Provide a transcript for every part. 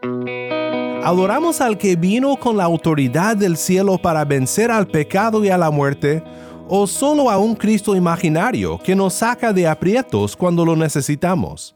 ¿Adoramos al que vino con la autoridad del cielo para vencer al pecado y a la muerte? ¿O solo a un Cristo imaginario que nos saca de aprietos cuando lo necesitamos?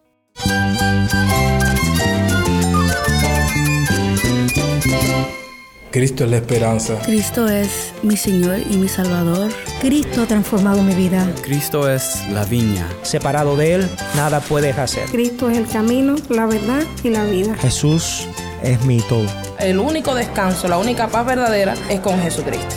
Cristo es la esperanza. Cristo es mi Señor y mi Salvador. Cristo ha transformado mi vida. Cristo es la viña. Separado de Él, nada puedes hacer. Cristo es el camino, la verdad y la vida. Jesús es mi todo. El único descanso, la única paz verdadera es con Jesucristo.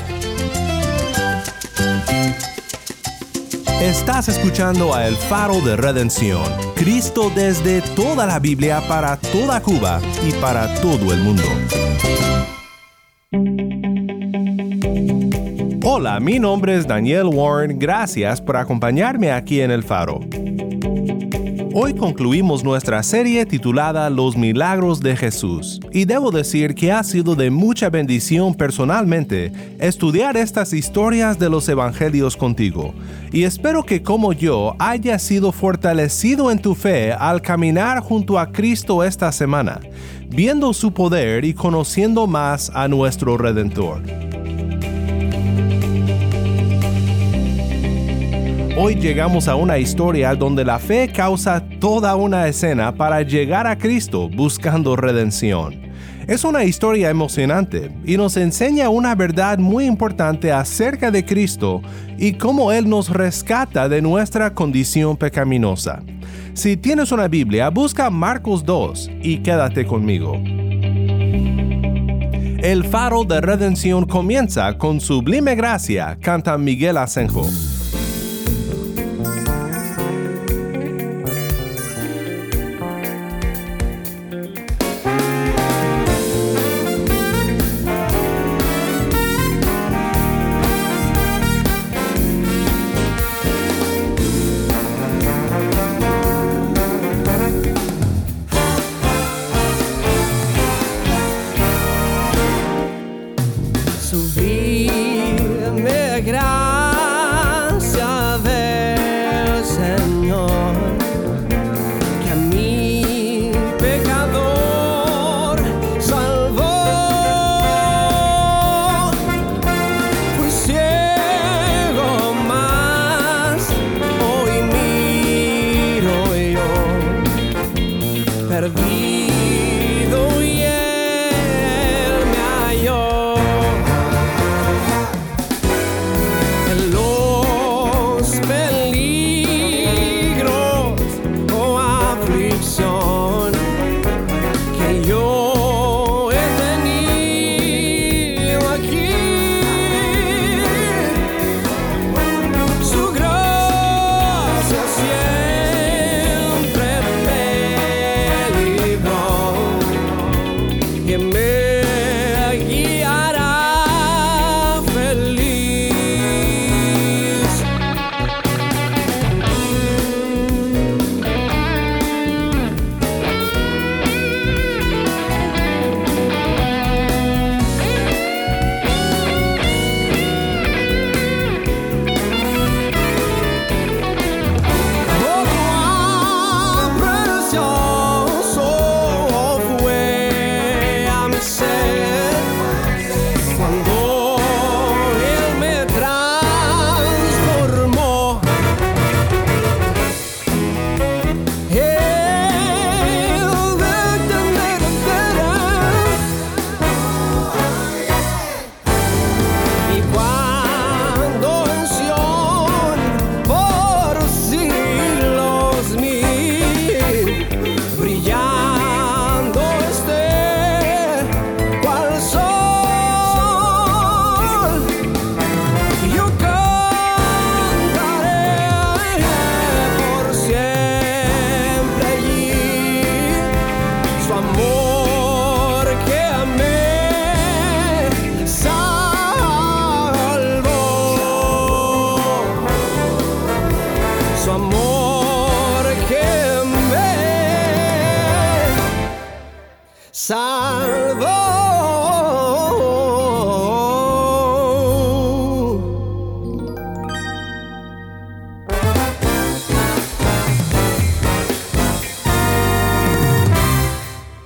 Estás escuchando a El Faro de Redención. Cristo desde toda la Biblia para toda Cuba y para todo el mundo. Hola, mi nombre es Daniel Warren. Gracias por acompañarme aquí en El Faro. Hoy concluimos nuestra serie titulada Los Milagros de Jesús, y debo decir que ha sido de mucha bendición personalmente estudiar estas historias de los evangelios contigo, y espero que como yo hayas sido fortalecido en tu fe al caminar junto a Cristo esta semana, viendo su poder y conociendo más a nuestro Redentor. Hoy llegamos a una historia donde la fe causa toda una escena para llegar a Cristo buscando redención. Es una historia emocionante y nos enseña una verdad muy importante acerca de Cristo y cómo Él nos rescata de nuestra condición pecaminosa. Si tienes una Biblia, busca Marcos 2 y quédate conmigo. El Faro de Redención comienza con Sublime Gracia, canta Miguel Asenjo. Sublime gracia del Señor, que a mi pecador salvó. Fui ciego, mas hoy miro yo, perdido y Él me halló.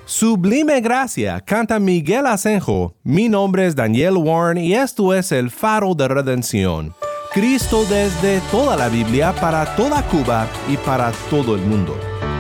Sublime gracia, canta Miguel Asenjo. Mi nombre es Daniel Warren y esto es El Faro de Redención. Cristo desde toda la Biblia, para toda Cuba y para todo el mundo.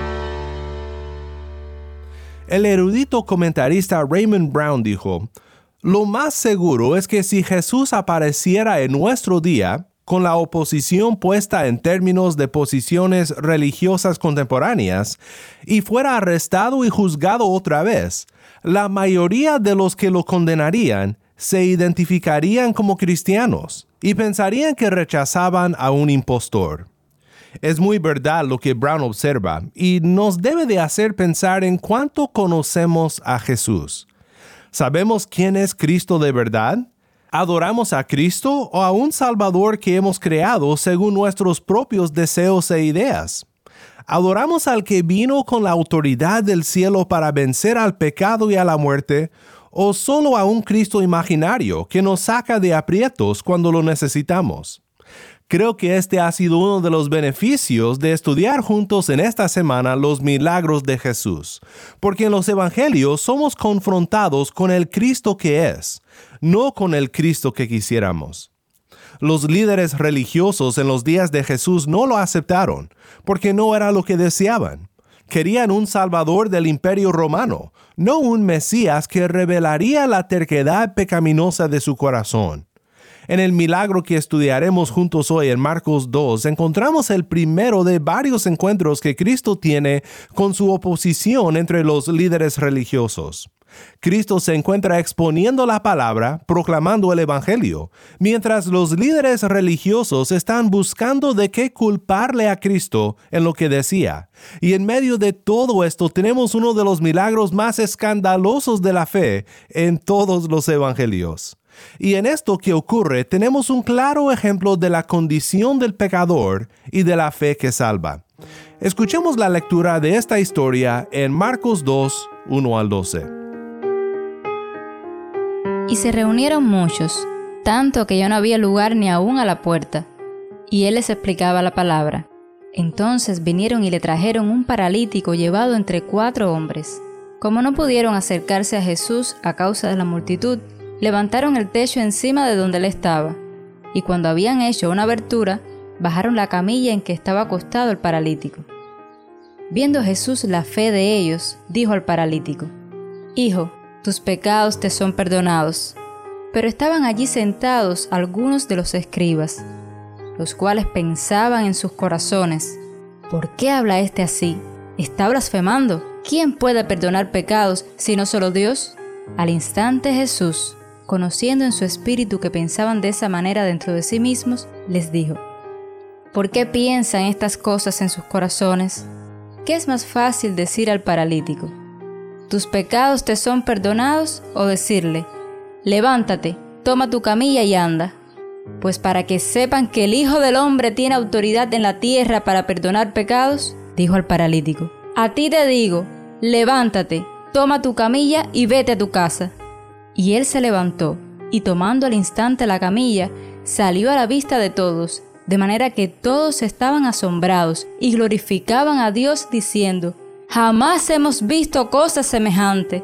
El erudito comentarista Raymond Brown dijo: lo más seguro es que si Jesús apareciera en nuestro día, con la oposición puesta en términos de posiciones religiosas contemporáneas, y fuera arrestado y juzgado otra vez, la mayoría de los que lo condenarían se identificarían como cristianos y pensarían que rechazaban a un impostor. Es muy verdad lo que Brown observa y nos debe de hacer pensar en cuánto conocemos a Jesús. ¿Sabemos quién es Cristo de verdad? ¿Adoramos a Cristo o a un Salvador que hemos creado según nuestros propios deseos e ideas? ¿Adoramos al que vino con la autoridad del cielo para vencer al pecado y a la muerte, o solo a un Cristo imaginario que nos saca de aprietos cuando lo necesitamos? Creo que este ha sido uno de los beneficios de estudiar juntos en esta semana los milagros de Jesús, porque en los evangelios somos confrontados con el Cristo que es, no con el Cristo que quisiéramos. Los líderes religiosos en los días de Jesús no lo aceptaron, porque no era lo que deseaban. Querían un salvador del imperio romano, no un Mesías que revelaría la terquedad pecaminosa de su corazón. En el milagro que estudiaremos juntos hoy en Marcos 2, encontramos el primero de varios encuentros que Cristo tiene con su oposición entre los líderes religiosos. Cristo se encuentra exponiendo la palabra, proclamando el evangelio, mientras los líderes religiosos están buscando de qué culparle a Cristo en lo que decía. Y en medio de todo esto tenemos uno de los milagros más escandalosos de la fe en todos los evangelios. Y en esto que ocurre tenemos un claro ejemplo de la condición del pecador y de la fe que salva. Escuchemos la lectura de esta historia en Marcos 2, 1 al 12. Y se reunieron muchos, tanto que ya no había lugar ni aún a la puerta, y él les explicaba la palabra. Entonces vinieron y le trajeron un paralítico llevado entre 4 hombres. Como no pudieron acercarse a Jesús a causa de la multitud, levantaron el techo encima de donde él estaba, y cuando habían hecho una abertura, bajaron la camilla en que estaba acostado el paralítico. Viendo Jesús la fe de ellos, dijo al paralítico: Hijo, tus pecados te son perdonados. Pero estaban allí sentados algunos de los escribas, los cuales pensaban en sus corazones: ¿por qué habla este así? ¿Está blasfemando? ¿Quién puede perdonar pecados sino solo Dios? Al instante Jesús, conociendo en su espíritu que pensaban de esa manera dentro de sí mismos, les dijo: ¿por qué piensan estas cosas en sus corazones? ¿Qué es más fácil decir al paralítico: tus pecados te son perdonados, o decirle: levántate, toma tu camilla y anda? Pues para que sepan que el Hijo del Hombre tiene autoridad en la tierra para perdonar pecados, dijo al paralítico: a ti te digo, levántate, toma tu camilla y vete a tu casa. Y él se levantó, y tomando al instante la camilla, salió a la vista de todos, de manera que todos estaban asombrados y glorificaban a Dios diciendo: jamás hemos visto cosa semejante.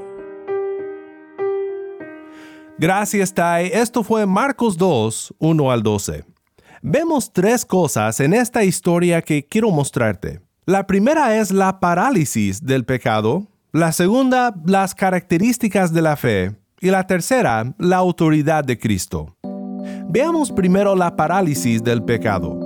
Gracias, Tai. Esto fue Marcos 2, 1 al 12. Vemos 3 cosas en esta historia que quiero mostrarte. La primera es la parálisis del pecado, la segunda, las características de la fe, y la tercera, la autoridad de Cristo. Veamos primero la parálisis del pecado.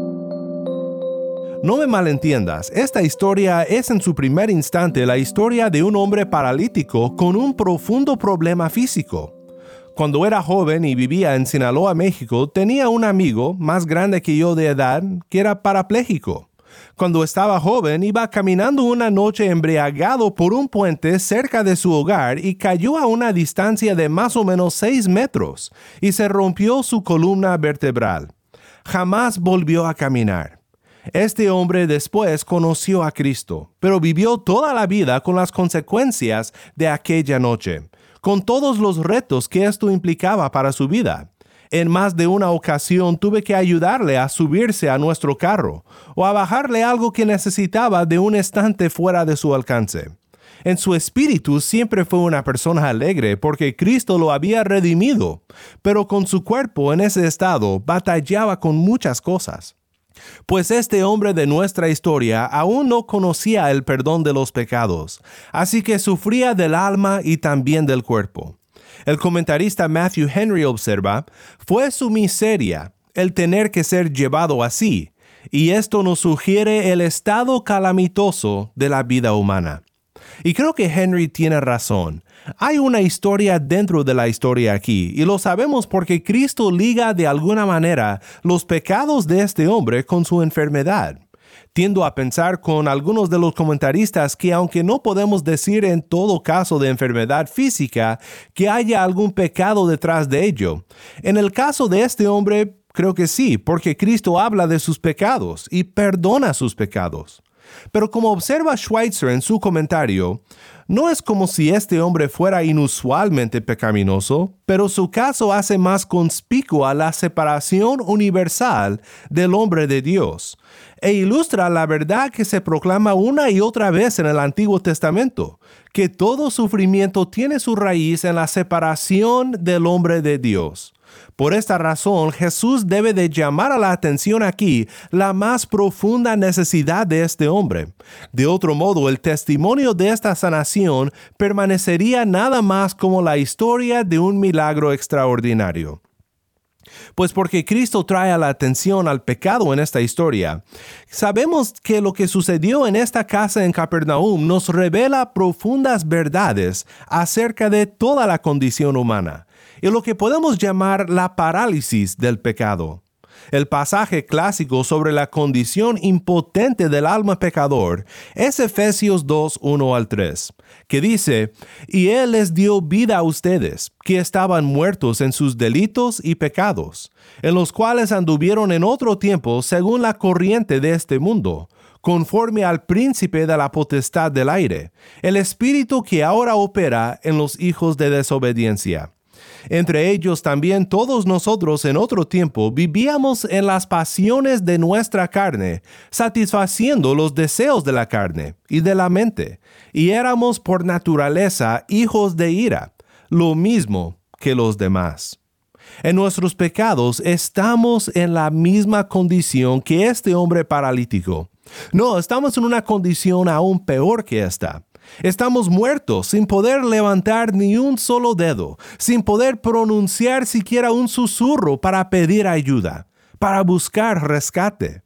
No me malentiendas, esta historia es en su primer instante la historia de un hombre paralítico con un profundo problema físico. Cuando era joven y vivía en Sinaloa, México, tenía un amigo más grande que yo de edad que era parapléjico. Cuando estaba joven, iba caminando una noche embriagado por un puente cerca de su hogar y cayó a una distancia de más o menos 6 metros y se rompió su columna vertebral. Jamás volvió a caminar. Este hombre después conoció a Cristo, pero vivió toda la vida con las consecuencias de aquella noche, con todos los retos que esto implicaba para su vida. En más de una ocasión tuve que ayudarle a subirse a nuestro carro o a bajarle algo que necesitaba de un estante fuera de su alcance. En su espíritu siempre fue una persona alegre porque Cristo lo había redimido, pero con su cuerpo en ese estado batallaba con muchas cosas. Pues este hombre de nuestra historia aún no conocía el perdón de los pecados, así que sufría del alma y también del cuerpo. El comentarista Matthew Henry observa, fue su miseria el tener que ser llevado así, y esto nos sugiere el estado calamitoso de la vida humana. Y creo que Henry tiene razón. Hay una historia dentro de la historia aquí, y lo sabemos porque Cristo liga de alguna manera los pecados de este hombre con su enfermedad. Tiendo a pensar con algunos de los comentaristas que aunque no podemos decir en todo caso de enfermedad física que haya algún pecado detrás de ello, en el caso de este hombre creo que sí, porque Cristo habla de sus pecados y perdona sus pecados. Pero como observa Schweitzer en su comentario, no es como si este hombre fuera inusualmente pecaminoso, pero su caso hace más conspicua la separación universal del hombre de Dios, e ilustra la verdad que se proclama una y otra vez en el Antiguo Testamento, que todo sufrimiento tiene su raíz en la separación del hombre de Dios. Por esta razón, Jesús debe de llamar a la atención aquí la más profunda necesidad de este hombre. De otro modo, el testimonio de esta sanación permanecería nada más como la historia de un milagro extraordinario. Pues porque Cristo trae a la atención al pecado en esta historia, sabemos que lo que sucedió en esta casa en Capernaum nos revela profundas verdades acerca de toda la condición humana, y lo que podemos llamar la parálisis del pecado. El pasaje clásico sobre la condición impotente del alma pecador es Efesios 2, 1 al 3, que dice, «Y Él les dio vida a ustedes, que estaban muertos en sus delitos y pecados, en los cuales anduvieron en otro tiempo según la corriente de este mundo, conforme al príncipe de la potestad del aire, el espíritu que ahora opera en los hijos de desobediencia. Entre ellos también todos nosotros en otro tiempo vivíamos en las pasiones de nuestra carne, satisfaciendo los deseos de la carne y de la mente, y éramos por naturaleza hijos de ira, lo mismo que los demás. En nuestros pecados estamos en la misma condición que este hombre paralítico. No, estamos en una condición aún peor que esta. Estamos muertos sin poder levantar ni un solo dedo, sin poder pronunciar siquiera un susurro para pedir ayuda, para buscar rescate.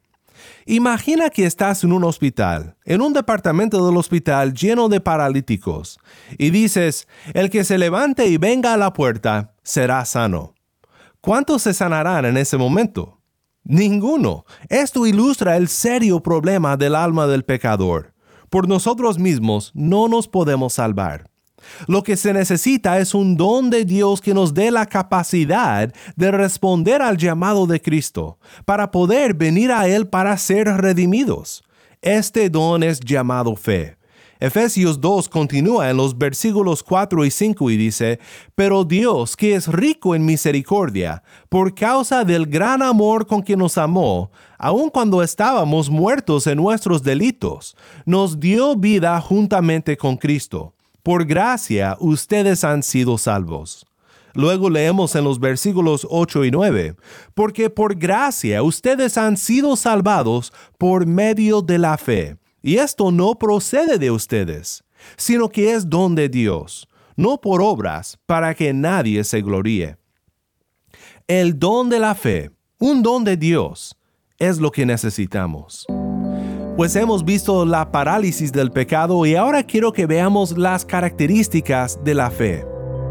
Imagina que estás en un hospital, en un departamento del hospital lleno de paralíticos, y dices, el que se levante y venga a la puerta será sano. ¿Cuántos se sanarán en ese momento? Ninguno. Esto ilustra el serio problema del alma del pecador. Por nosotros mismos no nos podemos salvar. Lo que se necesita es un don de Dios que nos dé la capacidad de responder al llamado de Cristo, para poder venir a Él para ser redimidos. Este don es llamado fe. Efesios 2 continúa en los versículos 4 y 5 y dice, «Pero Dios, que es rico en misericordia, por causa del gran amor con que nos amó, aun cuando estábamos muertos en nuestros delitos, nos dio vida juntamente con Cristo. Por gracia ustedes han sido salvos». Luego leemos en los versículos 8 y 9, «Porque por gracia ustedes han sido salvados por medio de la fe. Y esto no procede de ustedes, sino que es don de Dios, no por obras, para que nadie se gloríe». El don de la fe, un don de Dios, es lo que necesitamos. Pues hemos visto la parálisis del pecado y ahora quiero que veamos las características de la fe.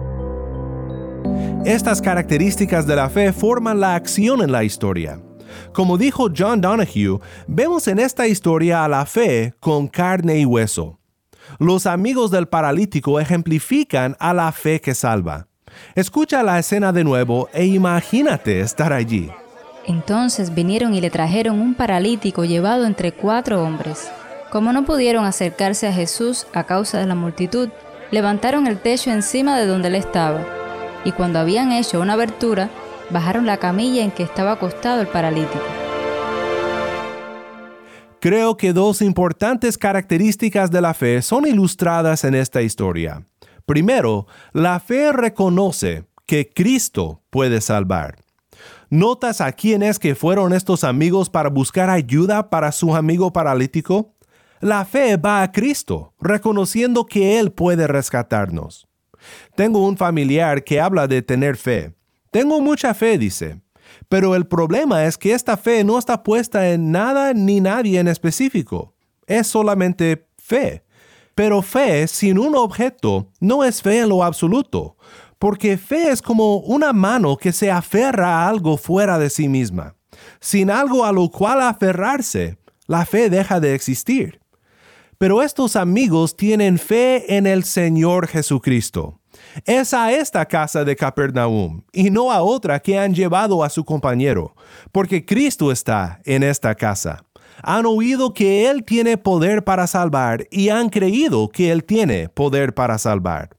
Estas características de la fe forman la acción en la historia. Como dijo John Donahue, vemos en esta historia a la fe con carne y hueso. Los amigos del paralítico ejemplifican a la fe que salva. Escucha la escena de nuevo e imagínate estar allí. Entonces vinieron y le trajeron un paralítico llevado entre 4 hombres. Como no pudieron acercarse a Jesús a causa de la multitud, levantaron el techo encima de donde él estaba, y cuando habían hecho una abertura, bajaron la camilla en que estaba acostado el paralítico. Creo que dos importantes características de la fe son ilustradas en esta historia. Primero, la fe reconoce que Cristo puede salvar. ¿Notas a quiénes que fueron estos amigos para buscar ayuda para su amigo paralítico? La fe va a Cristo, reconociendo que Él puede rescatarnos. Tengo un familiar que habla de tener fe. Tengo mucha fe, dice. Pero el problema es que esta fe no está puesta en nada ni nadie en específico. Es solamente fe. Pero fe sin un objeto no es fe en lo absoluto, porque fe es como una mano que se aferra a algo fuera de sí misma. Sin algo a lo cual aferrarse, la fe deja de existir. Pero estos amigos tienen fe en el Señor Jesucristo. Es a esta casa de Capernaum y no a otra que han llevado a su compañero, porque Cristo está en esta casa. Han oído que Él tiene poder para salvar y han creído que Él tiene poder para salvar.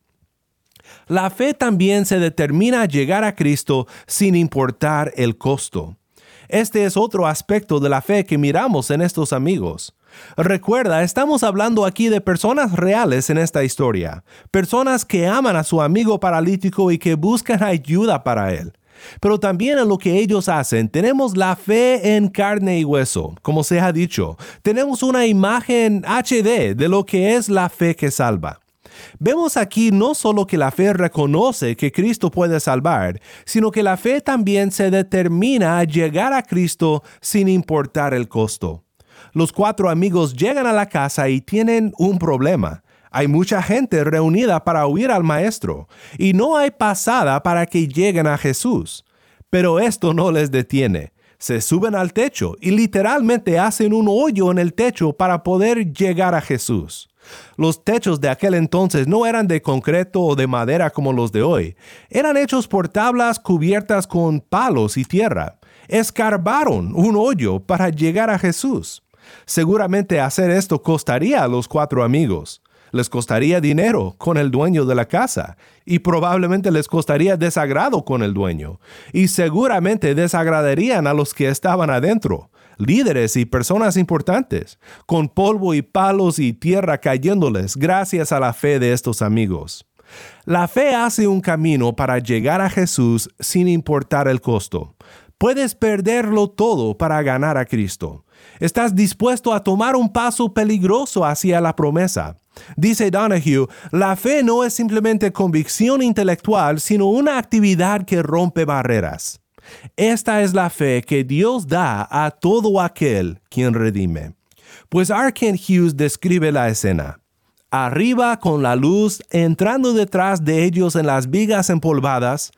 La fe también se determina a llegar a Cristo sin importar el costo. Este es otro aspecto de la fe que miramos en estos amigos. Recuerda, estamos hablando aquí de personas reales en esta historia, personas que aman a su amigo paralítico y que buscan ayuda para él. Pero también en lo que ellos hacen, tenemos la fe en carne y hueso, como se ha dicho. Tenemos una imagen HD de lo que es la fe que salva. Vemos aquí no solo que la fe reconoce que Cristo puede salvar, sino que la fe también se determina a llegar a Cristo sin importar el costo. Los 4 amigos llegan a la casa y tienen un problema. Hay mucha gente reunida para oír al Maestro, y no hay pasada para que lleguen a Jesús. Pero esto no les detiene. Se suben al techo y literalmente hacen un hoyo en el techo para poder llegar a Jesús. Los techos de aquel entonces no eran de concreto o de madera como los de hoy. Eran hechos por tablas cubiertas con palos y tierra. Escarbaron un hoyo para llegar a Jesús. Seguramente hacer esto costaría a los 4 amigos. Les costaría dinero con el dueño de la casa y probablemente les costaría desagrado con el dueño. Y seguramente desagradarían a los que estaban adentro, líderes y personas importantes, con polvo y palos y tierra cayéndoles gracias a la fe de estos amigos. La fe hace un camino para llegar a Jesús sin importar el costo. Puedes perderlo todo para ganar a Cristo. Estás dispuesto a tomar un paso peligroso hacia la promesa. Dice Donahue, la fe no es simplemente convicción intelectual, sino una actividad que rompe barreras. Esta es la fe que Dios da a todo aquel quien redime. Pues R. Kent Hughes describe la escena. Arriba con la luz, entrando detrás de ellos en las vigas empolvadas,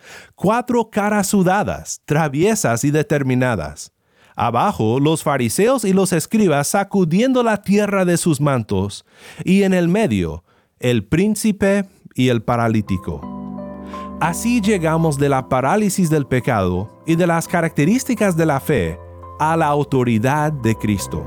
4 caras sudadas, traviesas y determinadas. Abajo, los fariseos y los escribas sacudiendo la tierra de sus mantos, y en el medio, el príncipe y el paralítico. Así llegamos de la parálisis del pecado y de las características de la fe a la autoridad de Cristo.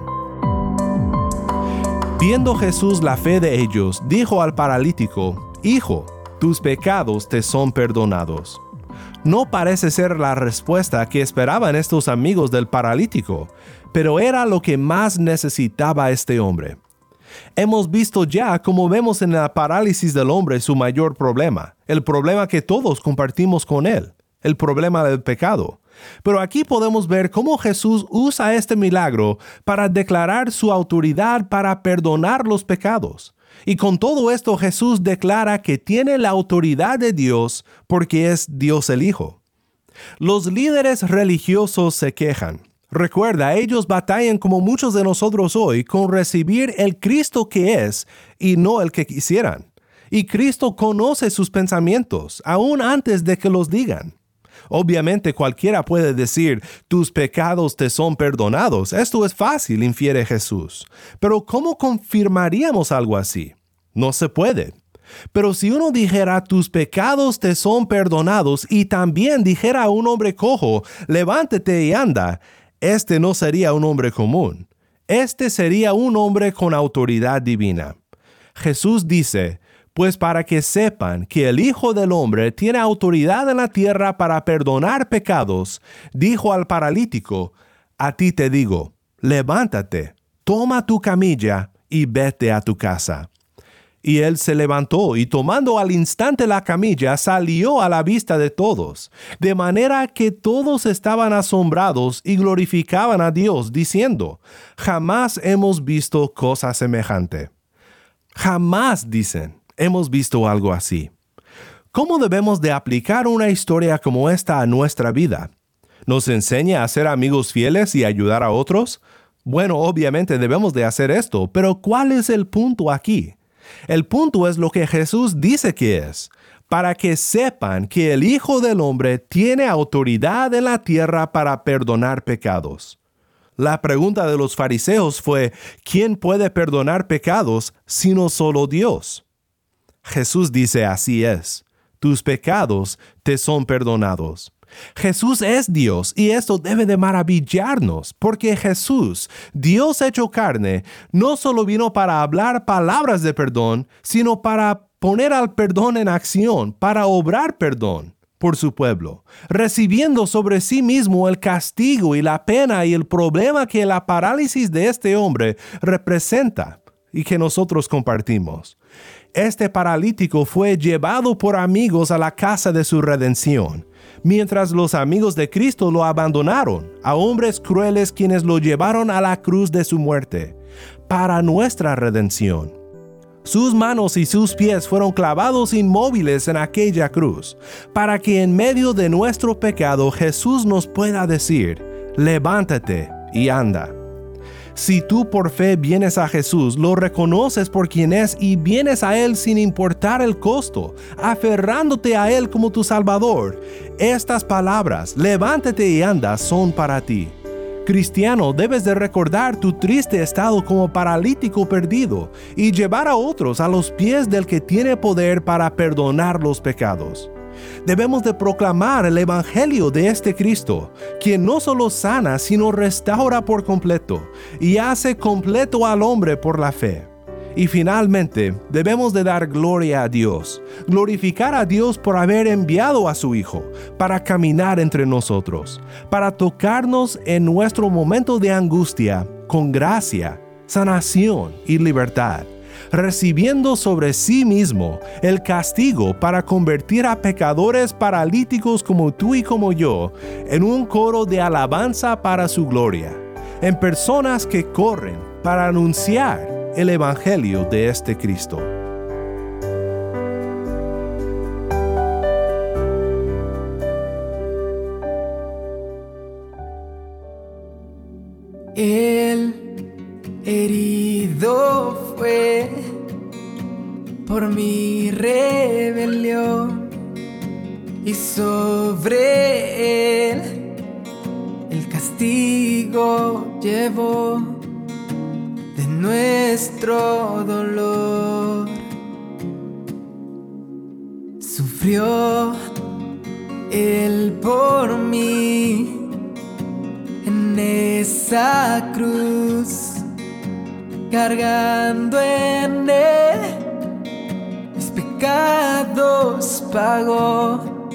Viendo Jesús la fe de ellos, dijo al paralítico, «Hijo, tus pecados te son perdonados». No parece ser la respuesta que esperaban estos amigos del paralítico, pero era lo que más necesitaba este hombre. Hemos visto ya cómo vemos en la parálisis del hombre su mayor problema, el problema que todos compartimos con él, el problema del pecado. Pero aquí podemos ver cómo Jesús usa este milagro para declarar su autoridad para perdonar los pecados. Y con todo esto Jesús declara que tiene la autoridad de Dios porque es Dios el Hijo. Los líderes religiosos se quejan. Recuerda, ellos batallan como muchos de nosotros hoy con recibir el Cristo que es y no el que quisieran. Y Cristo conoce sus pensamientos, aún antes de que los digan. Obviamente cualquiera puede decir, tus pecados te son perdonados. Esto es fácil, infiere Jesús. Pero ¿cómo confirmaríamos algo así? No se puede. Pero si uno dijera, tus pecados te son perdonados, y también dijera a un hombre cojo, levántate y anda, este no sería un hombre común. Este sería un hombre con autoridad divina. Jesús dice, pues para que sepan que el Hijo del Hombre tiene autoridad en la tierra para perdonar pecados, dijo al paralítico, a ti te digo, levántate, toma tu camilla y vete a tu casa. Y él se levantó y tomando al instante la camilla salió a la vista de todos, de manera que todos estaban asombrados y glorificaban a Dios, diciendo, jamás hemos visto cosa semejante. Jamás, dicen, hemos visto algo así. ¿Cómo debemos de aplicar una historia como esta a nuestra vida? ¿Nos enseña a ser amigos fieles y ayudar a otros? Bueno, obviamente debemos de hacer esto, pero ¿cuál es el punto aquí? El punto es lo que Jesús dice que es, para que sepan que el Hijo del Hombre tiene autoridad en la tierra para perdonar pecados. La pregunta de los fariseos fue, ¿quién puede perdonar pecados sino solo Dios? Jesús dice, así es, tus pecados te son perdonados. Jesús es Dios y esto debe de maravillarnos, porque Jesús, Dios hecho carne, no solo vino para hablar palabras de perdón, sino para poner al perdón en acción, para obrar perdón por su pueblo, recibiendo sobre sí mismo el castigo y la pena y el problema que la parálisis de este hombre representa y que nosotros compartimos. Este paralítico fue llevado por amigos a la casa de su redención, mientras los amigos de Cristo lo abandonaron a hombres crueles quienes lo llevaron a la cruz de su muerte, para nuestra redención. Sus manos y sus pies fueron clavados inmóviles en aquella cruz, para que en medio de nuestro pecado Jesús nos pueda decir, levántate y anda. Si tú por fe vienes a Jesús, lo reconoces por quien es y vienes a Él sin importar el costo, aferrándote a Él como tu Salvador, estas palabras, levántate y anda, son para ti. Cristiano, debes de recordar tu triste estado como paralítico perdido y llevar a otros a los pies del que tiene poder para perdonar los pecados. Debemos de proclamar el evangelio de este Cristo, quien no solo sana, sino restaura por completo y hace completo al hombre por la fe. Y finalmente, debemos de dar gloria a Dios, glorificar a Dios por haber enviado a su Hijo para caminar entre nosotros, para tocarnos en nuestro momento de angustia con gracia, sanación y libertad, recibiendo sobre sí mismo el castigo para convertir a pecadores paralíticos como tú y como yo en un coro de alabanza para su gloria, en personas que corren para anunciar el evangelio de este Cristo. El herido fue por mi rebelión y sobre él el castigo llevó de nuestro dolor. Sufrió él por mí en esa cruz, cargando en él mis pecados pagó,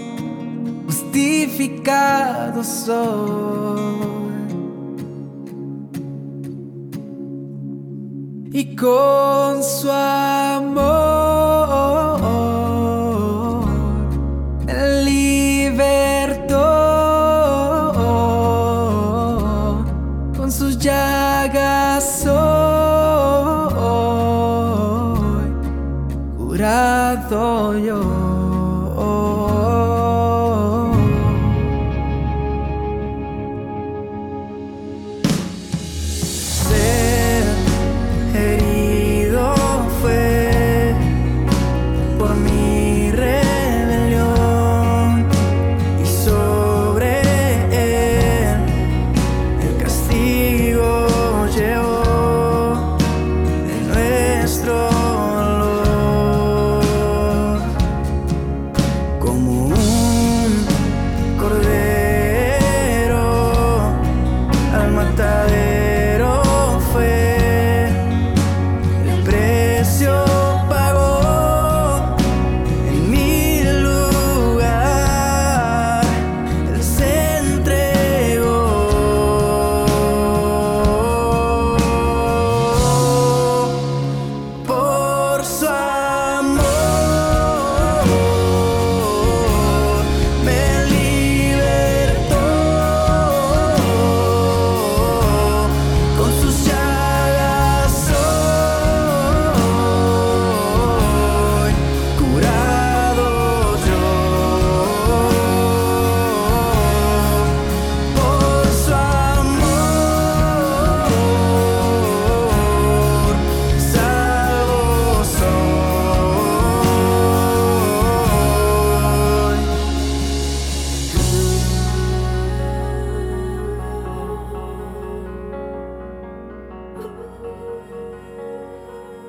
justificado soy. Y con su amor me libertó, con sus llagas soy curado yo.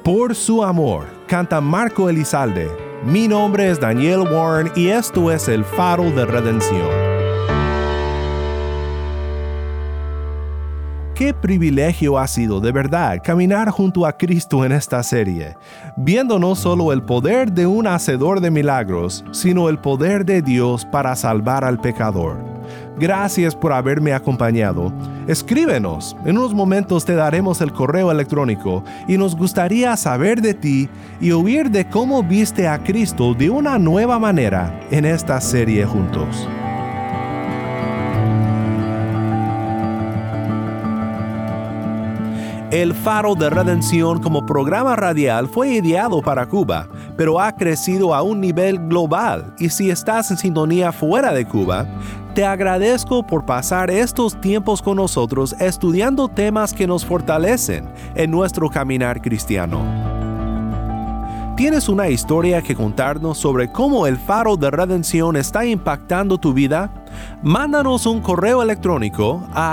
Por su amor, canta Marco Elizalde. Mi nombre es Daniel Warren y esto es El Faro de Redención. Qué privilegio ha sido de verdad caminar junto a Cristo en esta serie, viendo no solo el poder de un hacedor de milagros, sino el poder de Dios para salvar al pecador. Gracias por haberme acompañado. Escríbenos, en unos momentos te daremos el correo electrónico y nos gustaría saber de ti y oír de cómo viste a Cristo de una nueva manera en esta serie juntos. El Faro de Redención como programa radial fue ideado para Cuba, pero ha crecido a un nivel global y si estás en sintonía fuera de Cuba, te agradezco por pasar estos tiempos con nosotros estudiando temas que nos fortalecen en nuestro caminar cristiano. ¿Tienes una historia que contarnos sobre cómo el Faro de Redención está impactando tu vida? Mándanos un correo electrónico a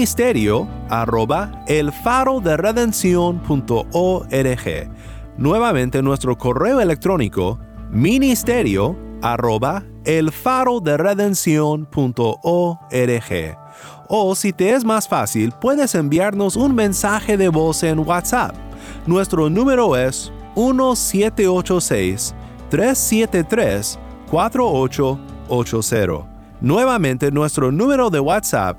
ministerio@elfaroderedencion.org. Nuevamente nuestro correo electrónico ministerio@elfaroderedencion.org. O si te es más fácil, puedes enviarnos un mensaje de voz en WhatsApp. Nuestro número es 1-786-373-4880. Nuevamente nuestro número de WhatsApp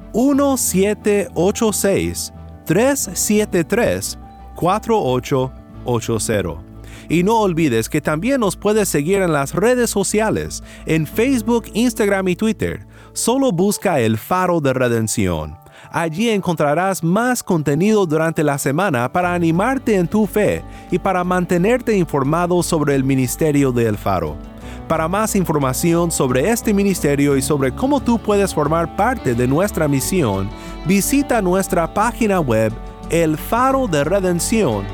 1-786-373-4880. Y no olvides que también nos puedes seguir en las redes sociales, en Facebook, Instagram y Twitter. Solo busca El Faro de Redención. Allí encontrarás más contenido durante la semana para animarte en tu fe y para mantenerte informado sobre el ministerio de El Faro. Para más información sobre este ministerio y sobre cómo tú puedes formar parte de nuestra misión, visita nuestra página web elfaroderedencion.org.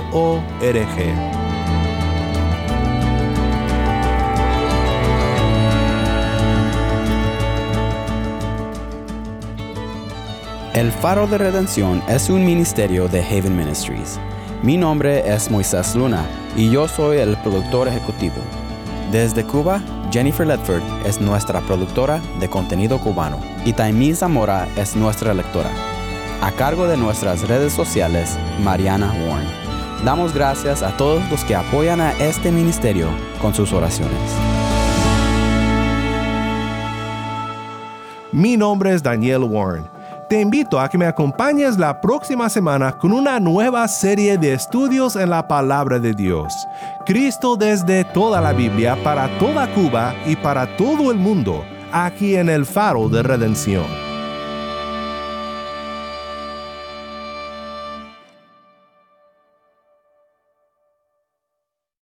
El Faro de Redención es un ministerio de Haven Ministries. Mi nombre es Moisés Luna y yo soy el productor ejecutivo. Desde Cuba, Jennifer Ledford es nuestra productora de contenido cubano y Taimí Zamora es nuestra lectora. A cargo de nuestras redes sociales, Mariana Warren. Damos gracias a todos los que apoyan a este ministerio con sus oraciones. Mi nombre es Daniel Warren. Te invito a que me acompañes la próxima semana con una nueva serie de estudios en la Palabra de Dios. Cristo desde toda la Biblia, para toda Cuba y para todo el mundo, aquí en el Faro de Redención.